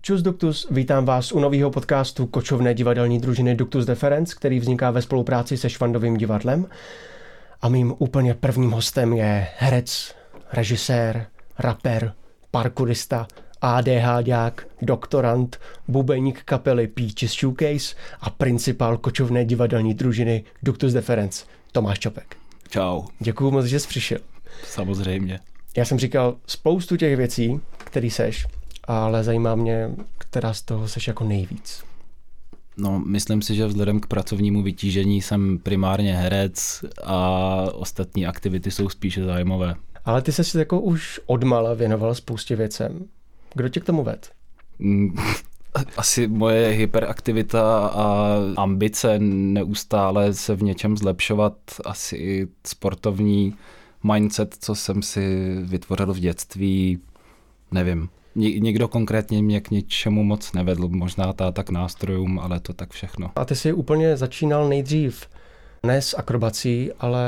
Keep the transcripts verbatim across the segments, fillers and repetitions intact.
Čus Duktus, vítám vás u nového podcastu kočovné divadelní družiny Duktus Deferens, který vzniká ve spolupráci se Švandovým divadlem. A mým úplně prvním hostem je herec, režisér, rapper, parkourista, ADHďák, doktorant, bubeník kapely Peaches Shoecase a principál kočovné divadelní družiny Duktus Deferens, Tomáš Čopek. Čau. Děkuju moc, že jsi přišel. Samozřejmě. Já jsem říkal spoustu těch věcí, který seš, ale zajímá mě, která z toho seš jako nejvíc. No, myslím si, že vzhledem k pracovnímu vytížení jsem primárně herec a ostatní aktivity jsou spíše zájmové. Ale ty ses jako už odmala věnoval spoustě věcem. Kdo tě k tomu ved? Asi moje hyperaktivita a ambice neustále se v něčem zlepšovat, asi i sportovní mindset, co jsem si vytvořil v dětství, nevím. Nikdo konkrétně mě k ničemu moc nevedl, možná táta k nástrojům, ale to tak všechno. A ty jsi úplně začínal nejdřív ne s akrobací, ale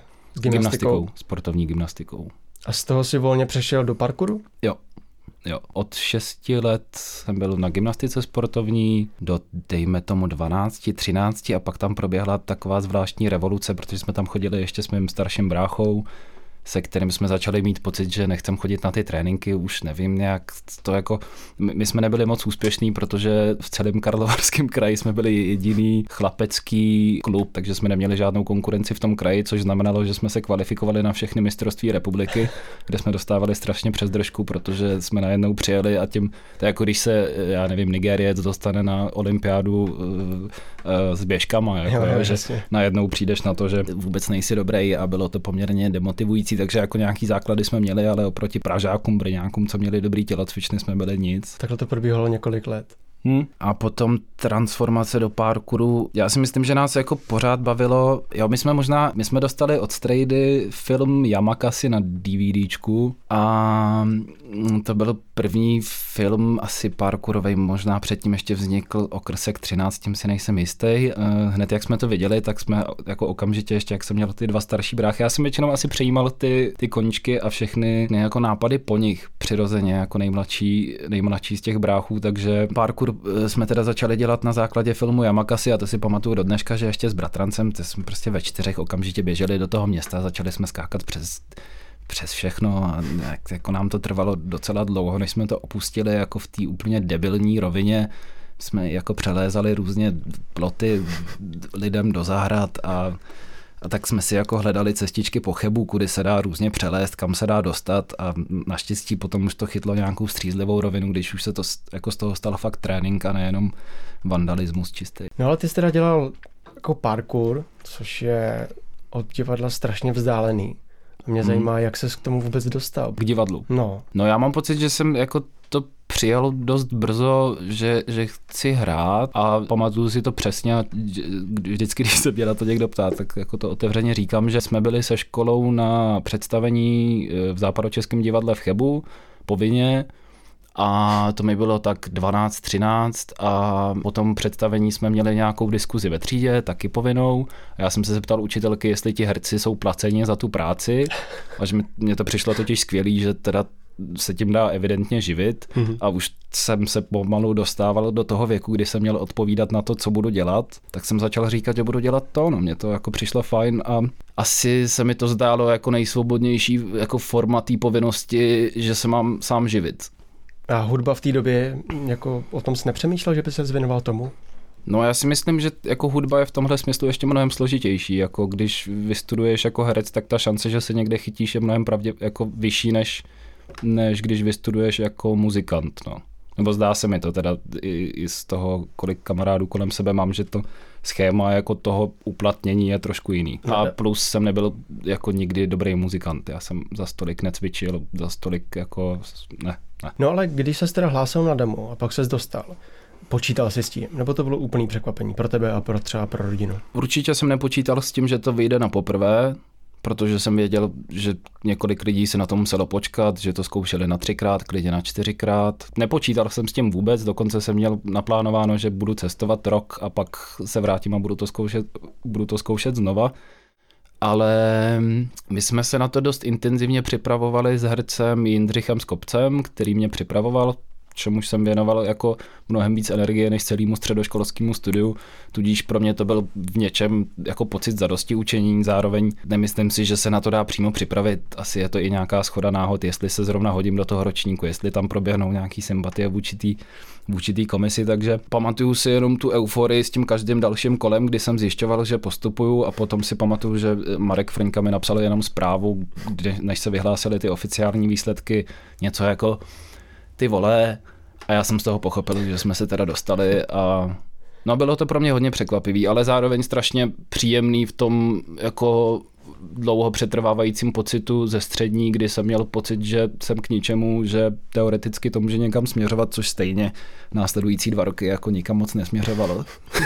s gymnastikou. Gymnastikou, sportovní gymnastikou. A z toho si volně přešel do parkouru? Jo. Jo, od šesti let jsem byl na gymnastice sportovní do, dejme tomu, dvanácti, třinácti a pak tam proběhla taková zvláštní revoluce, protože jsme tam chodili ještě s mým starším bráchou, se kterým jsme začali mít pocit, že nechcem chodit na ty tréninky, už nevím nějak to jako, my jsme nebyli moc úspěšní, protože v celém Karlovarském kraji jsme byli jediný chlapecký klub, takže jsme neměli žádnou konkurenci v tom kraji, což znamenalo, že jsme se kvalifikovali na všechny mistrovství republiky, kde jsme dostávali strašně přes držku, protože jsme najednou přijeli a tím, to je jako když se, já nevím, Nigériec dostane na olympiádu uh, uh, s běžkama, jako, jo, jo, že jasně. Najednou přijdeš na to, že vůbec nejsi dobrý a bylo to poměrně demotivující. Takže jako nějaký základy jsme měli, ale oproti Pražákům, Brňákům, co měli dobrý tělocvičny, jsme byli nic. Takhle to probíhalo několik let. Hmm. A potom transformace do parkouru. Já si myslím, že nás jako pořád bavilo. Jo, my jsme možná, my jsme dostali od Strejdy film Yamakasi na DVDčku a to byl první film asi parkourovej, možná předtím ještě vznikl Okrsek třináct, tím si nejsem jistý. Hned jak jsme to viděli, tak jsme jako okamžitě ještě, jak jsem měl ty dva starší bráchy, já jsem většinou asi přejímal ty, ty koníčky a všechny jako nápady po nich přirozeně, jako nejmladší, nejmladší z těch bráchů, takže parkour jsme teda začali dělat na základě filmu Yamakasi a to si pamatuju do dneška, že ještě s bratrancem, to jsme prostě ve čtyřech okamžitě běželi do toho města, začali jsme skákat přes přes všechno a jako nám to trvalo docela dlouho, než jsme to opustili jako v té úplně debilní rovině. Jsme jako přelézali různě ploty lidem do zahrad a, a tak jsme si jako hledali cestičky po Chebu, kudy se dá různě přelézt, kam se dá dostat a naštěstí potom už to chytlo nějakou střízlivou rovinu, když už se to jako z toho stalo fakt trénink a nejenom vandalismus čistý. No ale ty jsi teda dělal jako parkour, což je od divadla strašně vzdálený. A mě zajímá, hmm. jak ses k tomu vůbec dostal. K divadlu? No. No já mám pocit, že jsem jako to přijal dost brzo, že, že chci hrát a pamatuju si to přesně a vždycky, když se mě na to někdo ptá, tak jako to otevřeně říkám, že jsme byli se školou na představení v Západočeském divadle v Chebu povinně a to mi bylo tak dvanáct třináct a po tom představení jsme měli nějakou diskuzi ve třídě, taky povinnou. Já jsem se zeptal učitelky, jestli ti herci jsou placeni za tu práci a že mě to přišlo totiž skvělý, že teda se tím dá evidentně živit mm-hmm. a už jsem se pomalu dostával do toho věku, kdy jsem měl odpovídat na to, co budu dělat, tak jsem začal říkat, že budu dělat to, no mě to jako přišlo fajn a asi se mi to zdálo jako nejsvobodnější jako forma té povinnosti, že se mám sám živit. A hudba v té době, jako o tom jsi nepřemýšlel, že by se zvěnoval tomu? No já si myslím, že jako hudba je v tomhle smyslu ještě mnohem složitější, jako když vystuduješ jako herec, tak ta šance, že se někde chytíš, je mnohem pravdě, jako vyšší, než, než když vystuduješ jako muzikant, no. Nebo zdá se mi to teda i, i z toho, kolik kamarádů kolem sebe mám, že to schéma jako toho uplatnění je trošku jiný. A plus jsem nebyl jako nikdy dobrý muzikant, já jsem za stolik necvičil, za stolik jako ne. Ne. No ale když ses teda hlásil na demo a pak ses dostal, počítal jsi s tím? Nebo to bylo úplný překvapení pro tebe a pro třeba pro rodinu? Určitě jsem nepočítal s tím, že to vyjde na poprvé, protože jsem věděl, že několik lidí se na to muselo počkat, že to zkoušeli na třikrát, klidně na čtyřikrát. Nepočítal jsem s tím vůbec, dokonce jsem měl naplánováno, že budu cestovat rok a pak se vrátím a budu to zkoušet, budu to zkoušet znova. Ale my jsme se na to dost intenzivně připravovali s hercem Jindřichem Skopcem, který mě připravoval čemuž jsem věnoval jako mnohem víc energie než celému středoškolskému studiu, tudíž pro mě to byl v něčem jako pocit zadosti učení, zároveň nemyslím si, že se na to dá přímo připravit, asi je to i nějaká shoda náhod, jestli se zrovna hodím do toho ročníku, jestli tam proběhnou nějaký sympatie vůči té vůči té komisi, takže pamatuju si jenom tu euforii s tím každým dalším kolem, kdy jsem zjišťoval, že postupuju a potom si pamatuju, že Marek Frňka mi napsal jenom zprávu, kdy, než se vyhlásily ty oficiální výsledky, něco jako ty vole, a já jsem z toho pochopil, že jsme se teda dostali a no bylo to pro mě hodně překvapivý, ale zároveň strašně příjemný v tom jako dlouho přetrvávajícím pocitu ze střední, kdy jsem měl pocit, že jsem k ničemu, že teoreticky to může někam směřovat, což stejně následující dva roky jako nikam moc nesměřovalo.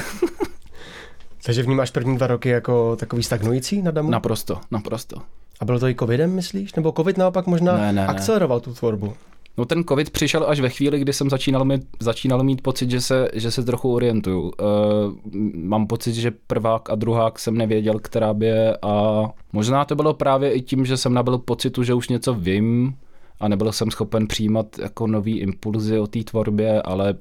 Takže vnímáš první dva roky jako takový stagnující na damu? Naprosto, naprosto. A bylo to i covidem, myslíš? Nebo covid naopak možná ne, ne, akceleroval ne. tu tvorbu? No ten covid přišel až ve chvíli, kdy jsem začínal mít, začínal mít pocit, že se, že se trochu orientuju. Uh, mám pocit, že prvák a druhák jsem nevěděl, která by je a možná to bylo právě i tím, že jsem nabyl pocitu, že už něco vím a nebyl jsem schopen přijímat jako nový impulzy o té tvorbě, ale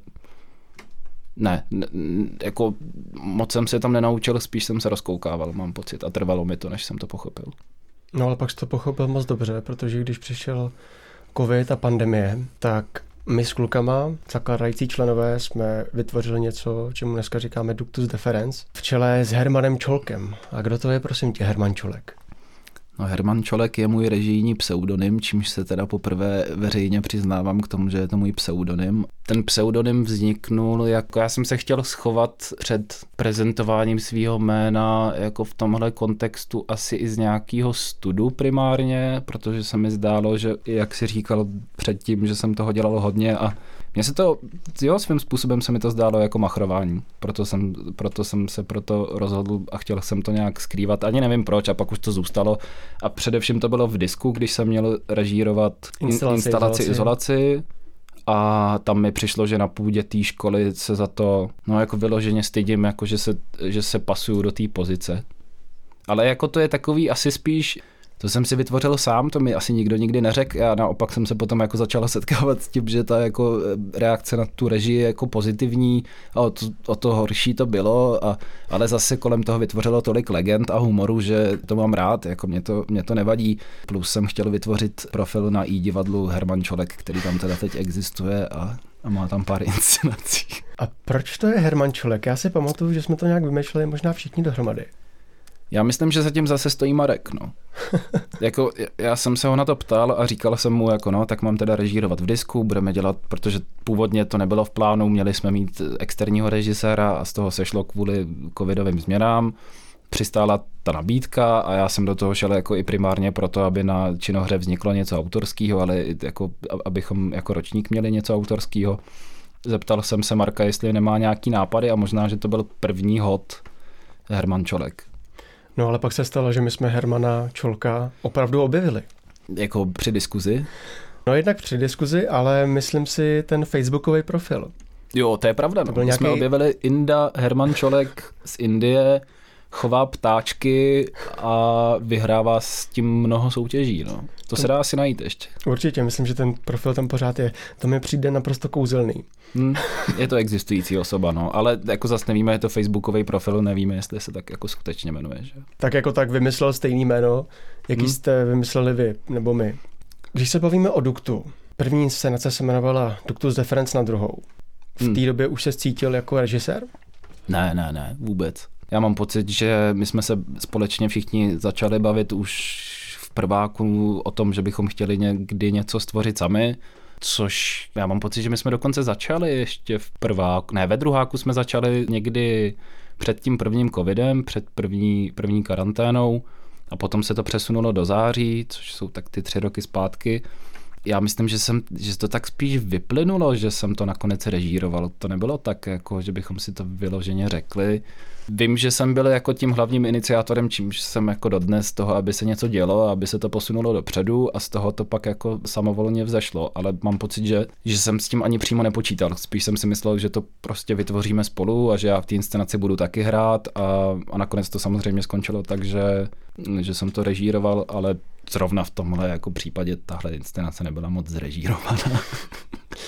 ne, ne, jako moc jsem se tam nenaučil, spíš jsem se rozkoukával, mám pocit a trvalo mi to, než jsem to pochopil. No ale pak jsi to pochopil moc dobře, protože když přišel covid a pandemie, tak my s klukama, zakládající členové, jsme vytvořili něco, čemu dneska říkáme Ductus Deferens, v čele s Hermanem Čolkem. A kdo to je, prosím tě, Herman Čolek? No Herman Čolek je můj režijní pseudonym, čímž se teda poprvé veřejně přiznávám k tomu, že je to můj pseudonym. Ten pseudonym vzniknul, jako já jsem se chtěl schovat před prezentováním svého jména jako v tomhle kontextu asi i z nějakého studu primárně, protože se mi zdálo, že jak si říkal předtím, že jsem toho dělal hodně a mně se to, jo, svým způsobem se mi to zdálo jako machrování, proto jsem, proto jsem se proto rozhodl a chtěl jsem to nějak skrývat, ani nevím proč a pak už to zůstalo a především to bylo v Disku, když jsem měl režírovat instalaci, instalaci izolaci. izolaci a tam mi přišlo, že na půdě té školy se za to, no jako vyloženě stydím, jako že se, že se pasuju do té pozice. Ale jako to je takový asi spíš, to jsem si vytvořil sám, to mi asi nikdo nikdy neřekl. Já naopak jsem se potom jako začala setkávat s tím, že ta jako reakce na tu režii je jako pozitivní a o to, o to horší to bylo, a, ale zase kolem toho vytvořilo tolik legend a humoru, že to mám rád, jako mě to, mě to nevadí. Plus jsem chtěl vytvořit profil na iDivadlu Herman Čolek, který tam teda teď existuje a, a má tam pár inscenací. A proč to je Herman Čolek? Já si pamatuju, že jsme to nějak vymýšleli možná všichni dohromady. Já myslím, že zatím zase stojí Marek, no. Jako, já jsem se ho na to ptal a říkal jsem mu, jako no, tak mám teda režírovat v Disku, budeme dělat, protože původně to nebylo v plánu, měli jsme mít externího režiséra a z toho sešlo kvůli covidovým změnám. Přistála ta nabídka a já jsem do toho šel jako i primárně proto, aby na činohře vzniklo něco autorského, ale jako, abychom jako ročník měli něco autorského. Zeptal jsem se Marka, jestli nemá nějaký nápady a možná, že to byl první hod Herman Čolek. No ale pak se stalo, že my jsme Hermana Čolka opravdu objevili. Jako při diskuzi? No jednak při diskuzi, ale myslím si ten facebookový profil. Jo, to je pravda. No. My nějaký... jsme objevili Inda Herman Čolek z Indie, chová ptáčky a vyhrává s tím mnoho soutěží. No. To se dá asi najít ještě. Určitě, myslím, že ten profil tam pořád je. To mi přijde naprosto kouzelný. Hmm, je to existující osoba, no, ale jako zase nevíme, je to facebookový profil, nevíme, jestli se tak jako skutečně jmenuje. Že? Tak jako tak vymyslel stejný jméno, jaký hmm. jste vymysleli vy, nebo my. Když se bavíme o Duktu, první inscenace se jmenovala Ductus Deferens na druhou. V hmm. té době už se cítil jako režisér? Ne, ne, ne, vůbec. Já mám pocit, že my jsme se společně všichni začali bavit už v prváku o tom, že bychom chtěli někdy něco stvořit sami, což já mám pocit, že my jsme dokonce začali ještě v prváku, ne, ve druháku jsme začali někdy před tím prvním covidem, před první, první karanténou a potom se to přesunulo do září, což jsou tak ty tři roky zpátky. Já myslím, že, jsem, že to tak spíš vyplynulo, že jsem to nakonec režíroval. To nebylo tak, jako, že bychom si to vyloženě řekli. Vím, že jsem byl jako tím hlavním iniciátorem, čímž jsem jako dodnes toho, aby se něco dělo, aby se to posunulo dopředu a z toho to pak jako samovolně vzešlo. Ale mám pocit, že, že jsem s tím ani přímo nepočítal. Spíš jsem si myslel, že to prostě vytvoříme spolu a že já v té inscenaci budu taky hrát a, a nakonec to samozřejmě skončilo tak, že, že jsem to režíroval, ale zrovna v tomhle jako případě tahle inscenace nebyla moc zrežírovaná.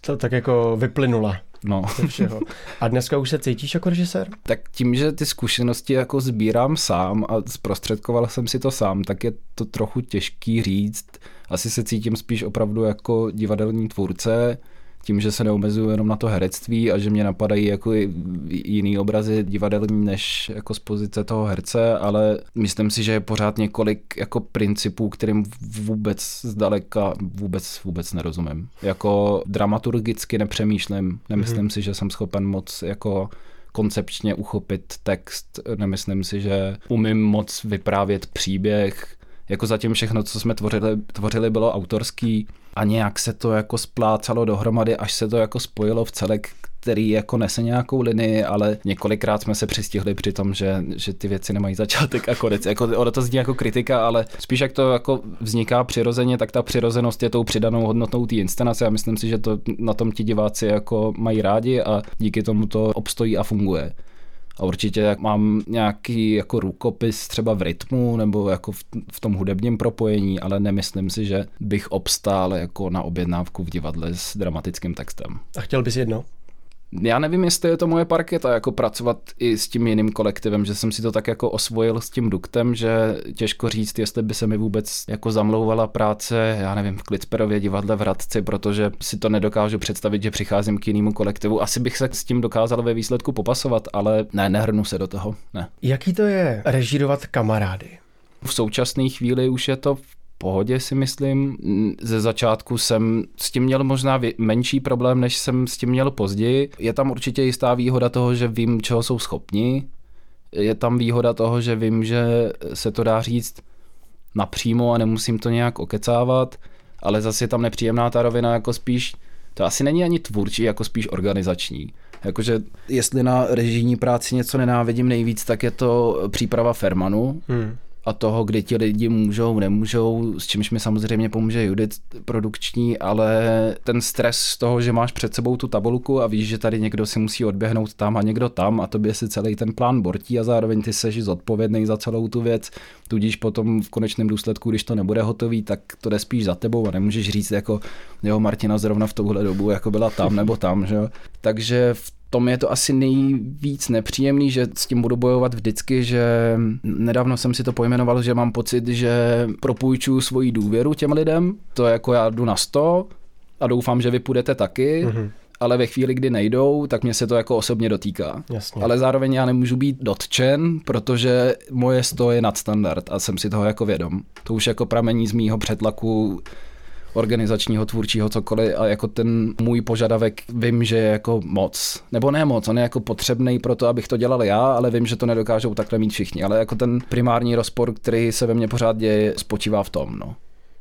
To tak jako vyplynula. No. Všeho. A dneska už se cítíš jako režisér? Tak tím, že ty zkušenosti jako sbírám sám a zprostředkoval jsem si to sám, tak je to trochu těžký říct. Asi se cítím spíš opravdu jako divadelní tvůrce, tím, že se neomezuju jenom na to herectví a že mě napadají jako jiný obrazy divadelní než jako z pozice toho herce, ale myslím si, že je pořád několik jako principů, kterým vůbec zdaleka vůbec, vůbec nerozumím. Jako dramaturgicky nepřemýšlím, nemyslím mm-hmm. si, že jsem schopen moc jako koncepčně uchopit text, nemyslím si, že umím moc vyprávět příběh. Jako zatím všechno, co jsme tvořili, tvořili bylo autorský a nějak se to jako splácalo dohromady, až se to jako spojilo v celek, který jako nese nějakou linii, ale několikrát jsme se přistihli při tom, že, že ty věci nemají začátek a konec. Jako, ono to zní jako kritika, ale spíš jak to jako vzniká přirozeně, tak ta přirozenost je tou přidanou hodnotou té inscenace a myslím si, že to na tom ti diváci jako mají rádi a díky tomu to obstojí a funguje. A určitě jak mám nějaký jako rukopis třeba v rytmu nebo jako v, v tom hudebním propojení, ale nemyslím si, že bych obstál jako na objednávku v divadle s dramatickým textem. A chtěl bys jedno? Já nevím, jestli je to moje parketa, jako pracovat i s tím jiným kolektivem, že jsem si to tak jako osvojil s tím duktem, že těžko říct, jestli by se mi vůbec jako zamlouvala práce, já nevím, v Klitsperově divadle v Hradci, protože si to nedokážu představit, že přicházím k jinému kolektivu. Asi bych se s tím dokázal ve výsledku popasovat, ale ne, nehrnu se do toho, ne. Jaký to je režírovat kamarády? V současné chvíli už je to pohodě, si myslím. Ze začátku jsem s tím měl možná menší problém, než jsem s tím měl později. Je tam určitě jistá výhoda toho, že vím, čeho jsou schopni. Je tam výhoda toho, že vím, že se to dá říct napřímo a nemusím to nějak okecávat, ale zase je tam nepříjemná ta rovina, jako spíš, to asi není ani tvůrčí, jako spíš organizační. Jakože jestli na režijní práci něco nenávidím nejvíc, tak je to příprava Fermanu. Hmm. A toho, kdy ti lidi můžou, nemůžou, s čímž mi samozřejmě pomůže Judit produkční, ale ten stres z toho, že máš před sebou tu tabulku a víš, že tady někdo si musí odběhnout tam a někdo tam a tobě si celý ten plán bortí a zároveň ty seš zodpovědný za celou tu věc, tudíž potom v konečném důsledku, když to nebude hotový, tak to jde spíš za tebou a nemůžeš říct jako, jo, Martina zrovna v touhle dobu jako byla tam nebo tam, že jo. Takže v tom je to asi nejvíc nepříjemný, že s tím budu bojovat vždycky, že nedávno jsem si to pojmenoval, že mám pocit, že propůjčuju svoji důvěru těm lidem, to jako já jdu na sto a doufám, že vy půjdete taky, mm-hmm. ale ve chvíli, kdy nejdou, tak mě se to jako osobně dotýká. Jasně. Ale zároveň já nemůžu být dotčen, protože moje sto je nadstandard a jsem si toho jako vědom. To už jako pramení z mýho přetlaku organizačního, tvůrčího, cokoliv a jako ten můj požadavek vím, že je jako moc. Nebo ne moc, on je jako potřebný pro to, abych to dělal já, ale vím, že to nedokážou takhle mít všichni. Ale jako ten primární rozpor, který se ve mně pořád děje, spočívá v tom, no.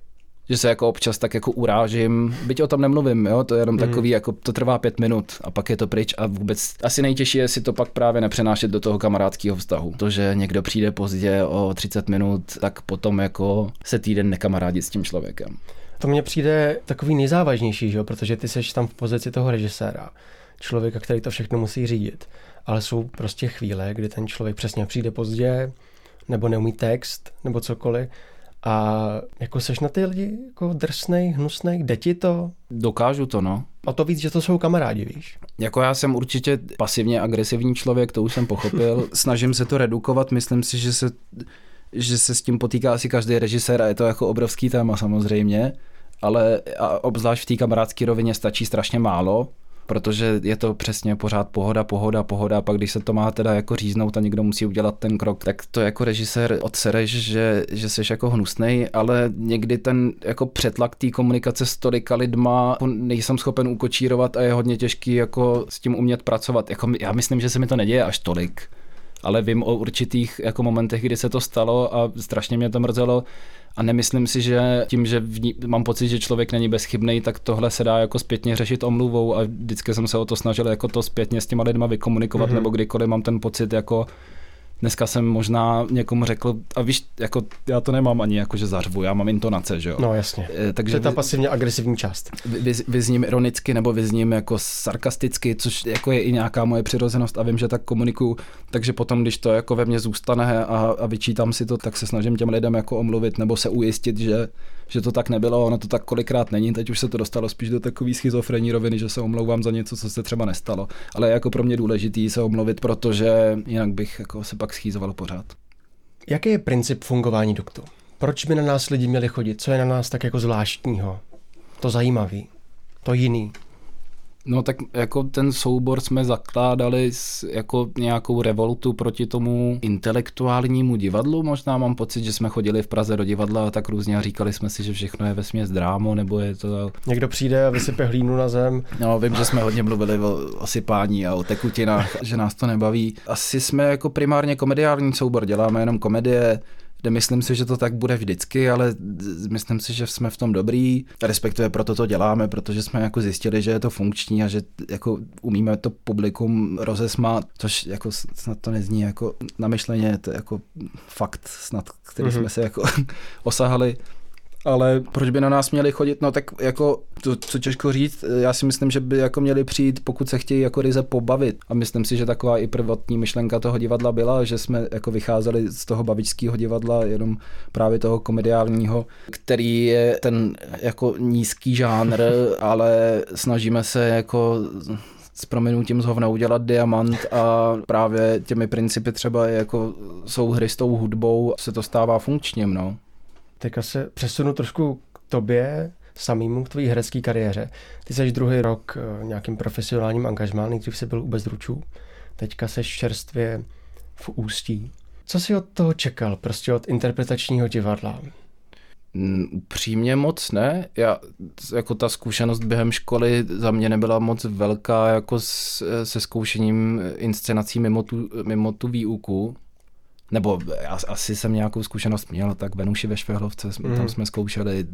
Že se jako občas tak jako urážím, byť o tom nemluvím, jo, to je jenom mm. takový, jako to trvá pět minut a pak je to pryč a vůbec asi nejtěžší je si to pak právě nepřenášet do toho kamarádského vztahu. To, že někdo přijde pozdě o třicet minut, tak potom jako se týden nekamarádit s tím člověkem. To mně přijde takový nejzávažnější, že? Protože ty seš tam v pozici toho režiséra, člověka, který to všechno musí řídit. Ale jsou prostě chvíle, kdy ten člověk přesně přijde pozdě, nebo neumí text, nebo cokoliv. A jako seš na ty lidi jako drsnej, hnusnej, jde ti to? Dokážu to, no. A to víc, že to jsou kamarádi, víš? Jako já jsem určitě pasivně agresivní člověk, to už jsem pochopil. Snažím se to redukovat, myslím si, že se, že se s tím potýká asi každý režisér a je to jako obrovský téma samozřejmě. Ale a obzvlášť v té kamarádské rovině stačí strašně málo, protože je to přesně pořád pohoda, pohoda, pohoda, a pak když se to má teda jako říznout a někdo musí udělat ten krok, tak to jako režisér odsereš, že, že jsi jako hnusnej, ale někdy ten jako přetlak té komunikace s tolika lidma nejsem schopen ukočírovat a je hodně těžký jako s tím umět pracovat. Jako já myslím, že se mi to neděje až tolik, ale vím o určitých jako momentech, kdy se to stalo a strašně mě to mrzelo. A nemyslím si, že tím, že ní, mám pocit, že člověk není bezchybný, tak tohle se dá jako zpětně řešit omluvou a vždycky jsem se o to snažil jako to zpětně s těma lidma vykomunikovat, mm-hmm. nebo kdykoliv mám ten pocit jako dneska jsem možná někomu řekl, a víš, jako já to nemám ani jako, že zařvu, já mám intonace, že jo. No jasně, takže to je ta pasivně agresivní část. Vy, vyzním ironicky nebo vyzním jako sarkasticky, což jako je i nějaká moje přirozenost a vím, že tak komunikuju, takže potom, když to jako ve mně zůstane a, a vyčítám si to, tak se snažím těm lidem jako omluvit nebo se ujistit, že, že to tak nebylo, ono to tak kolikrát není, teď už se to dostalo spíš do takové schizofrenní roviny, že se omlouvám za něco, co se třeba nestalo, ale je jako pro mě důležitý se omluvit, protože jinak bych jako se pak schýzoval pořád. Jaký je princip fungování duktu? Proč by na nás lidi měli chodit? Co je na nás tak jako zvláštního? To zajímavý, to jiný? No tak jako ten soubor jsme zakládali s jako nějakou revoltu proti tomu intelektuálnímu divadlu. Možná mám pocit, že jsme chodili v Praze do divadla a tak různě a říkali jsme si, že všechno je vesměs drámo, nebo je to... Někdo přijde a vysype hlínu na zem. No, vím, že jsme hodně mluvili o, o sypání a o tekutinách, že nás to nebaví. Asi jsme jako primárně komediální soubor, děláme jenom komedie, kde myslím si, že to tak bude vždycky, ale myslím si, že jsme v tom dobrý. Respektive proto to děláme, protože jsme jako zjistili, že je to funkční a že jako umíme to publikum rozesmát, což jako snad to nezní jako namyšleně, to je jako fakt snad, který mm-hmm. jsme se jako osahali. Ale proč by na nás měli chodit? No tak jako, to, co těžko říct, já si myslím, že by jako měli přijít, pokud se chtějí jako ryze pobavit. A myslím si, že taková i prvotní myšlenka toho divadla byla, že jsme jako vycházeli z toho bavičského divadla, jenom právě toho komediálního, který je ten jako nízký žánr, ale snažíme se jako s prominutím z hovna udělat diamant a právě těmi principy třeba jako jsou hry s tou hudbou, se to stává funkčním, no. Teďka se přesunu trošku k tobě samýmu, k tvojí herecké kariéře. Ty jsi druhý rok nějakým profesionálním angažmá, nejdřív jsi byl u Bezručů, teďka seš čerstvě v Ústí. Co jsi od toho čekal, prostě od interpretačního divadla? Upřímně moc ne. Já, jako ta zkušenost během školy za mě nebyla moc velká jako s, se zkoušením inscenací mimo tu, mimo tu výuku. Nebo asi jsem nějakou zkušenost měl, tak Venuši ve Švehlovce, mm. tam jsme zkoušeli,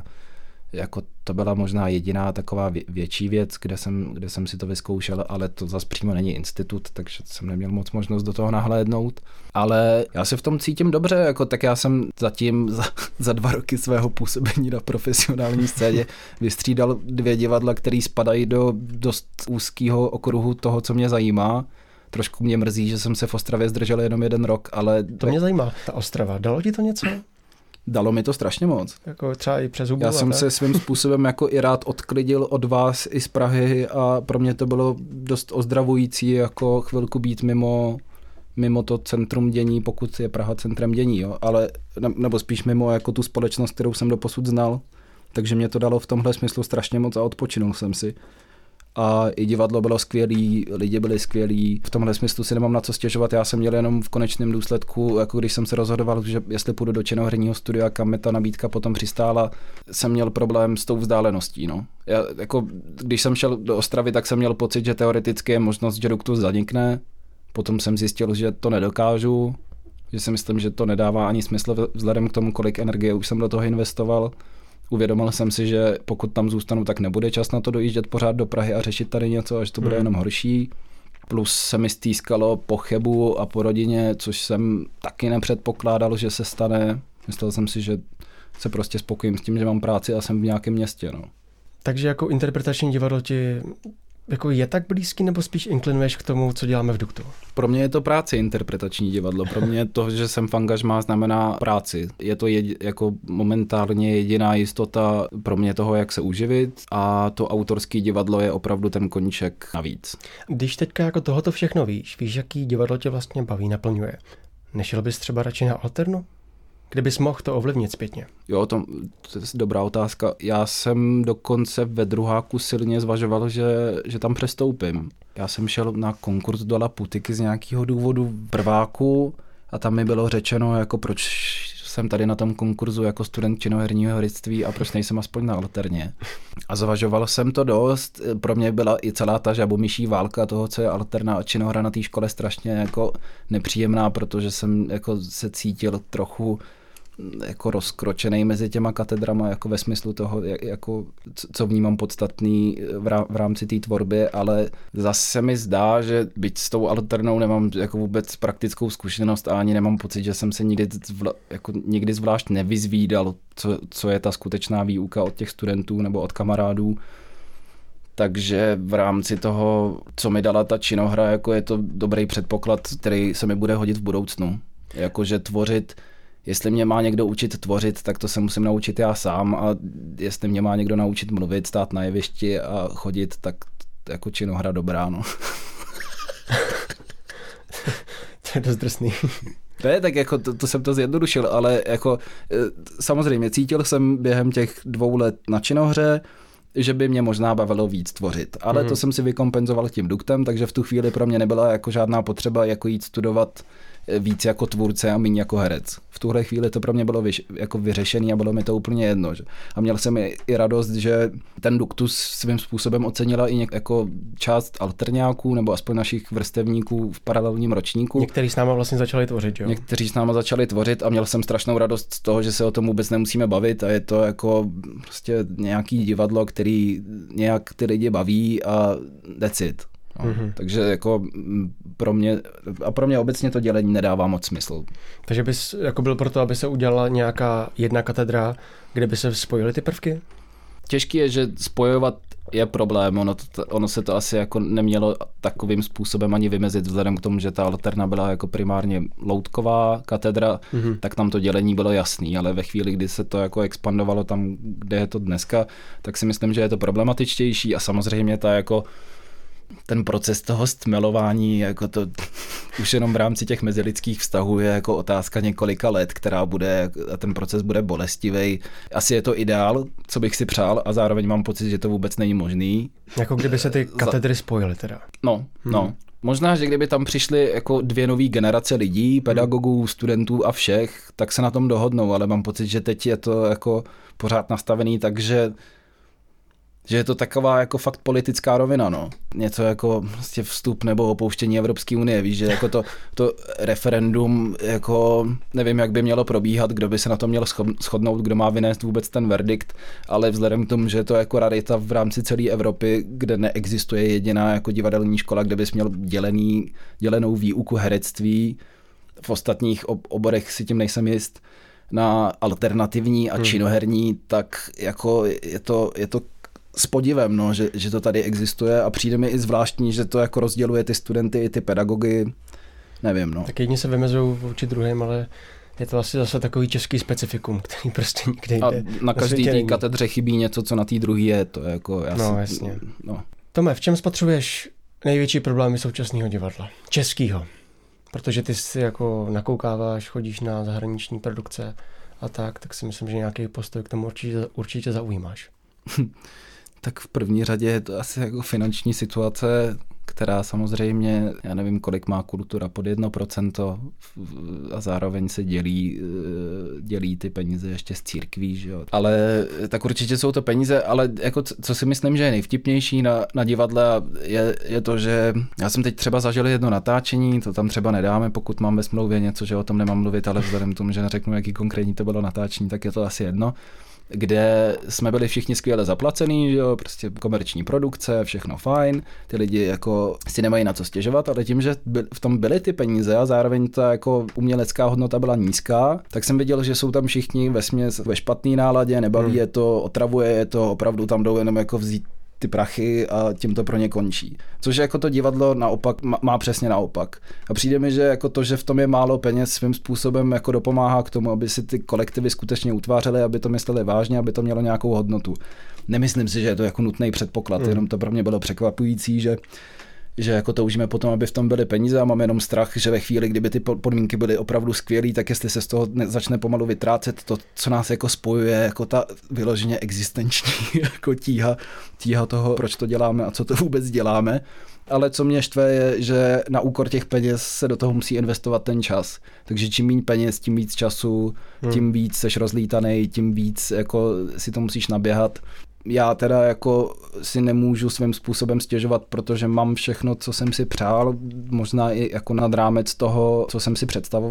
jako to byla možná jediná taková větší věc, kde jsem, kde jsem si to vyzkoušel, ale to zase přímo není institut, takže jsem neměl moc možnost do toho nahlédnout. Ale já se v tom cítím dobře, jako tak já jsem zatím za, za dva roky svého působení na profesionální scéně vystřídal dvě divadla, které spadají do dost úzkého okruhu toho, co mě zajímá. Trošku mě mrzí, že jsem se v Ostravě zdržel jenom jeden rok, ale... To mě zajímá, ta Ostrava. Dalo ti to něco? Dalo mi to strašně moc. Jako třeba i přes hubu. Já jsem tak? se svým způsobem jako i rád odklidil od vás i z Prahy a pro mě to bylo dost ozdravující jako chvilku být mimo, mimo to centrum dění, pokud je Praha centrem dění, jo? Ale, nebo spíš mimo jako tu společnost, kterou jsem doposud znal. Takže mě to dalo v tomhle smyslu strašně moc a odpočinul jsem si. A i divadlo bylo skvělý, lidi byli skvělí. V tomhle smyslu si nemám na co stěžovat. Já jsem měl jenom v konečném důsledku, jako když jsem se rozhodoval, že jestli půjdu do činoherního studia, kam mi ta nabídka potom přistála, jsem měl problém s tou vzdáleností. No. Já, jako, když jsem šel do Ostravy, tak jsem měl pocit, že teoreticky je možnost, že Duktus zanikne. Potom jsem zjistil, že to nedokážu, že si myslím, že to nedává ani smysl vzhledem k tomu, kolik energie už jsem do toho investoval. Uvědomil jsem si, že pokud tam zůstanu, tak nebude čas na to dojíždět pořád do Prahy a řešit tady něco, až to bude jenom horší. Plus se mi stýskalo po Chebu a po rodině, což jsem taky nepředpokládal, že se stane. Myslel jsem si, že se prostě spokojím s tím, že mám práci a jsem v nějakém městě. No. Takže jako interpretační divadlo ti jako je tak blízký, nebo spíš inklinuješ k tomu, co děláme v Duktu? Pro mě je to práce interpretační divadlo. Pro mě to, že jsem v angažmá, znamená práci. Je to jed, jako momentálně jediná jistota pro mě toho, jak se uživit, a to autorský divadlo je opravdu ten koníček navíc. Když teďka jako tohoto všechno víš, víš, jaký divadlo tě vlastně baví, naplňuje. Nešel bys třeba radši na alternu? Kdybys mohl to ovlivnit zpětně? Jo, to, to je dobrá otázka. Já jsem dokonce ve druháku silně zvažoval, že, že tam přestoupím. Já jsem šel na konkurs do Laputiky z nějakého důvodu v prváku a tam mi bylo řečeno, jako proč jsem tady na tom konkurzu jako student činoherního herectví a proč nejsem aspoň na alterně. A zvažoval jsem to dost. Pro mě byla i celá ta žabomyší válka toho, co je alterna a činohra na té škole strašně jako nepříjemná, protože jsem jako se cítil trochu jako rozkročený mezi těma katedrama, jako ve smyslu toho, jako, co vnímám podstatný v rámci té tvorby, ale zase mi zdá, že byť s tou alternou nemám jako vůbec praktickou zkušenost a ani nemám pocit, že jsem se nikdy, zvla, jako nikdy zvlášť nevyzvídal, co, co je ta skutečná výuka od těch studentů nebo od kamarádů. Takže v rámci toho, co mi dala ta činohra, jako je to dobrý předpoklad, který se mi bude hodit v budoucnu. Jakože tvořit, jestli mě má někdo učit tvořit, tak to se musím naučit já sám a jestli mě má někdo naučit mluvit, stát na jevišti a chodit, tak jako činohra dobrá, no. To je dost drsný. To je tak jako, to, to jsem to zjednodušil, ale jako samozřejmě cítil jsem během těch dvou let na činohře, že by mě možná bavilo víc tvořit. Ale mm. to jsem si vykompenzoval tím duktem, takže v tu chvíli pro mě nebyla jako žádná potřeba jako jít studovat víc jako tvůrce a méně jako herec. V tuhle chvíli to pro mě bylo vyš, jako vyřešený a bylo mi to úplně jedno. Že? A měl jsem i, i radost, že ten duktus svým způsobem ocenila i něk, jako část alterňáků nebo aspoň našich vrstevníků v paralelním ročníku. Někteří s náma vlastně začali tvořit, jo? Někteří s náma začali tvořit a měl jsem strašnou radost z toho, že se o tom vůbec nemusíme bavit a je to jako prostě nějaký divadlo, který nějak ty lidi baví a that's it. No, mm-hmm. Takže jako pro mě, a pro mě obecně to dělení nedává moc smysl. Takže bys jako byl proto, aby se udělala nějaká jedna katedra, kde by se spojily ty prvky? Těžký je, že spojovat je problém, ono, to, ono se to asi jako nemělo takovým způsobem ani vymezit vzhledem k tomu, že ta alterna byla jako primárně loutková katedra, mm-hmm. tak tam to dělení bylo jasný, ale ve chvíli, kdy se to jako expandovalo tam, kde je to dneska, tak si myslím, že je to problematičtější a samozřejmě ta jako ten proces toho stmelování, jako to už jenom v rámci těch mezilidských vztahů je jako otázka několika let, která bude, a ten proces bude bolestivý. Asi je to ideál, co bych si přál a zároveň mám pocit, že to vůbec není možný. Jako kdyby se ty katedry spojily teda. No, hmm. no. Možná, že kdyby tam přišly jako dvě nové generace lidí, pedagogů, studentů a všech, tak se na tom dohodnou, ale mám pocit, že teď je to jako pořád nastavený, takže že je to taková jako fakt politická rovina, no. Něco jako vlastně vstup nebo opouštění Evropské unie, víš, že jako to, to referendum, jako nevím, jak by mělo probíhat, kdo by se na to měl shodnout, kdo má vynést vůbec ten verdikt, ale vzhledem k tomu, že je to jako rarita v rámci celé Evropy, kde neexistuje jediná jako divadelní škola, kde bys měl dělený, dělenou výuku herectví, v ostatních oborech si tím nejsem jist, na alternativní a činoherní, hmm. tak jako je to, je to s podivem, no, že, že to tady existuje a přijde mi i zvláštní, že to jako rozděluje ty studenty i ty pedagogy, nevím, no. Tak jedni se vymezují vůči druhým, ale je to asi zase takový český specifikum, který prostě nikde jde. A na každý té katedře chybí něco, co na té druhé je, to je jako jasný. No, jasně. No. Tome, v čem spatřuješ největší problémy současného divadla? Českýho. Protože ty si jako nakoukáváš, chodíš na zahraniční produkce a tak, tak si myslím, že nějaký postoj k tomu určitě, určitě zaujímáš. Tak v první řadě je to asi jako finanční situace, která samozřejmě, já nevím, kolik má kultura, pod jedno procento a zároveň se dělí, dělí ty peníze ještě z církví, že jo. Ale tak určitě jsou to peníze, ale jako co si myslím, že je nejvtipnější na, na divadle je, je to, že já jsem teď třeba zažil jedno natáčení, to tam třeba nedáme, pokud mám ve smlouvě něco, že o tom nemám mluvit, ale vzhledem k tomu, že neřeknu, jaký konkrétní to bylo natáčení, tak je to asi jedno, kde jsme byli všichni skvěle zaplacený, jo, prostě komerční produkce, všechno fajn, ty lidi jako si nemají na co stěžovat, ale tím, že v tom byly ty peníze a zároveň ta jako umělecká hodnota byla nízká, tak jsem viděl, že jsou tam všichni vesměs ve špatný náladě, nebaví hmm. je to, otravuje je to, opravdu tam jdou jenom jako vzít ty prachy a tím to pro ně končí. Což jako to divadlo naopak má, má přesně naopak. A přijde mi, že jako to, že v tom je málo peněz, svým způsobem jako dopomáhá k tomu, aby si ty kolektivy skutečně utvářely, aby to mysleli vážně, aby to mělo nějakou hodnotu. Nemyslím si, že je to jako nutný předpoklad, mm. jenom to pro mě bylo překvapující, že že jako toužíme potom, aby v tom byly peníze a mám jenom strach, že ve chvíli, kdyby ty podmínky byly opravdu skvělý, tak jestli se z toho začne pomalu vytrácet to, co nás jako spojuje, jako ta vyloženě existenční jako tíha, tíha toho, proč to děláme a co to vůbec děláme. Ale co mě štve je, že na úkor těch peněz se do toho musí investovat ten čas. Takže čím méně peněz, tím víc času, hmm. tím víc seš rozlítanej, tím víc jako si to musíš naběhat. Já teda jako si nemůžu svým způsobem stěžovat, protože mám všechno, co jsem si přál, možná i jako nad rámec toho, co jsem si představoval.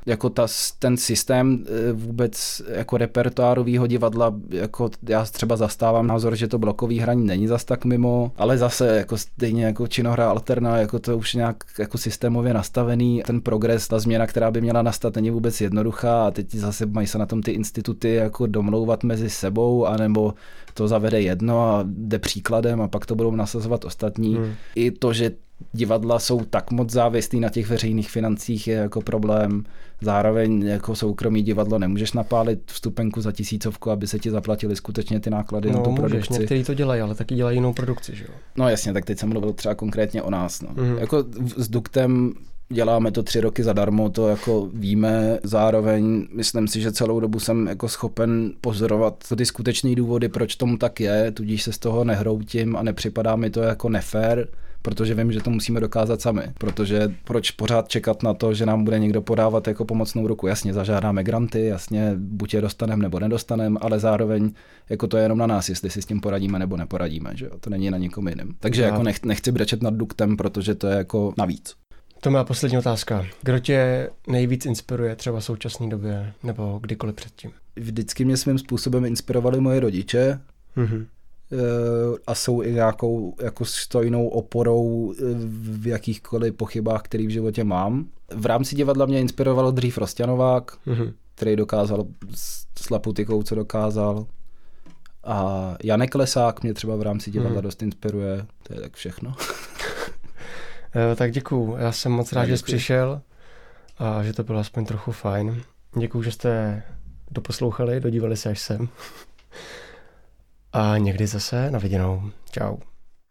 jako ta, ten systém vůbec jako repertoárového divadla, jako já třeba zastávám názor, že to blokový hraní není zas tak mimo, ale zase jako stejně jako činohra alterna, jako to už nějak jako systémově nastavený. Ten progres, ta změna, která by měla nastat, není vůbec jednoduchá a teď zase mají se na tom ty instituty jako domlouvat mezi sebou, anebo to zavede jedno a jde příkladem a pak to budou nasazovat ostatní. Hmm. I to, že divadla jsou tak moc závislí na těch veřejných financích, je jako problém. Zároveň jako soukromý divadlo nemůžeš napálit vstupenku za tisícovku, aby se ti zaplatili skutečně ty náklady no, na tu můžeš, produkci. Někteří to dělají, ale taky dělají jinou produkci, že jo? No jasně, tak teď jsem mluvil třeba konkrétně o nás. No. Mm. Jako s Duktem děláme to tři roky zadarmo, to jako víme. Zároveň myslím si, že celou dobu jsem jako schopen pozorovat ty skutečné důvody, proč tomu tak je, tudíž se z toho nehroutím a nepřipadá mi to jako nefér, protože vím, že to musíme dokázat sami. Protože proč pořád čekat na to, že nám bude někdo podávat jako pomocnou ruku. Jasně, zažádáme granty, jasně, buď je dostaneme nebo nedostaneme, ale zároveň jako to je jenom na nás, jestli si s tím poradíme nebo neporadíme, že jo? To není na nikom jiném. Takže Já. jako nech, nechci brečet nad Duktem, protože to je jako navíc. To má poslední otázka. Kdo tě nejvíc inspiruje třeba v současné době nebo kdykoliv předtím? Vždycky mě svým způsobem inspirovali moje rodiče. Mm-hmm. A jsou i nějakou jako stojnou oporou v jakýchkoliv pochybách, který v životě mám. V rámci divadla mě inspirovalo dřív Rosťanovák, mm-hmm. který dokázal s Laputikou, co dokázal. A Janek Lesák mě třeba v rámci divadla mm-hmm. dost inspiruje. To je tak všechno. Tak děkuju. Já jsem moc rád, že jsi přišel a že to bylo aspoň trochu fajn. Děkuju, že jste doposlouchali, dodívali se až sem. A někdy zase na viděnou. Čau.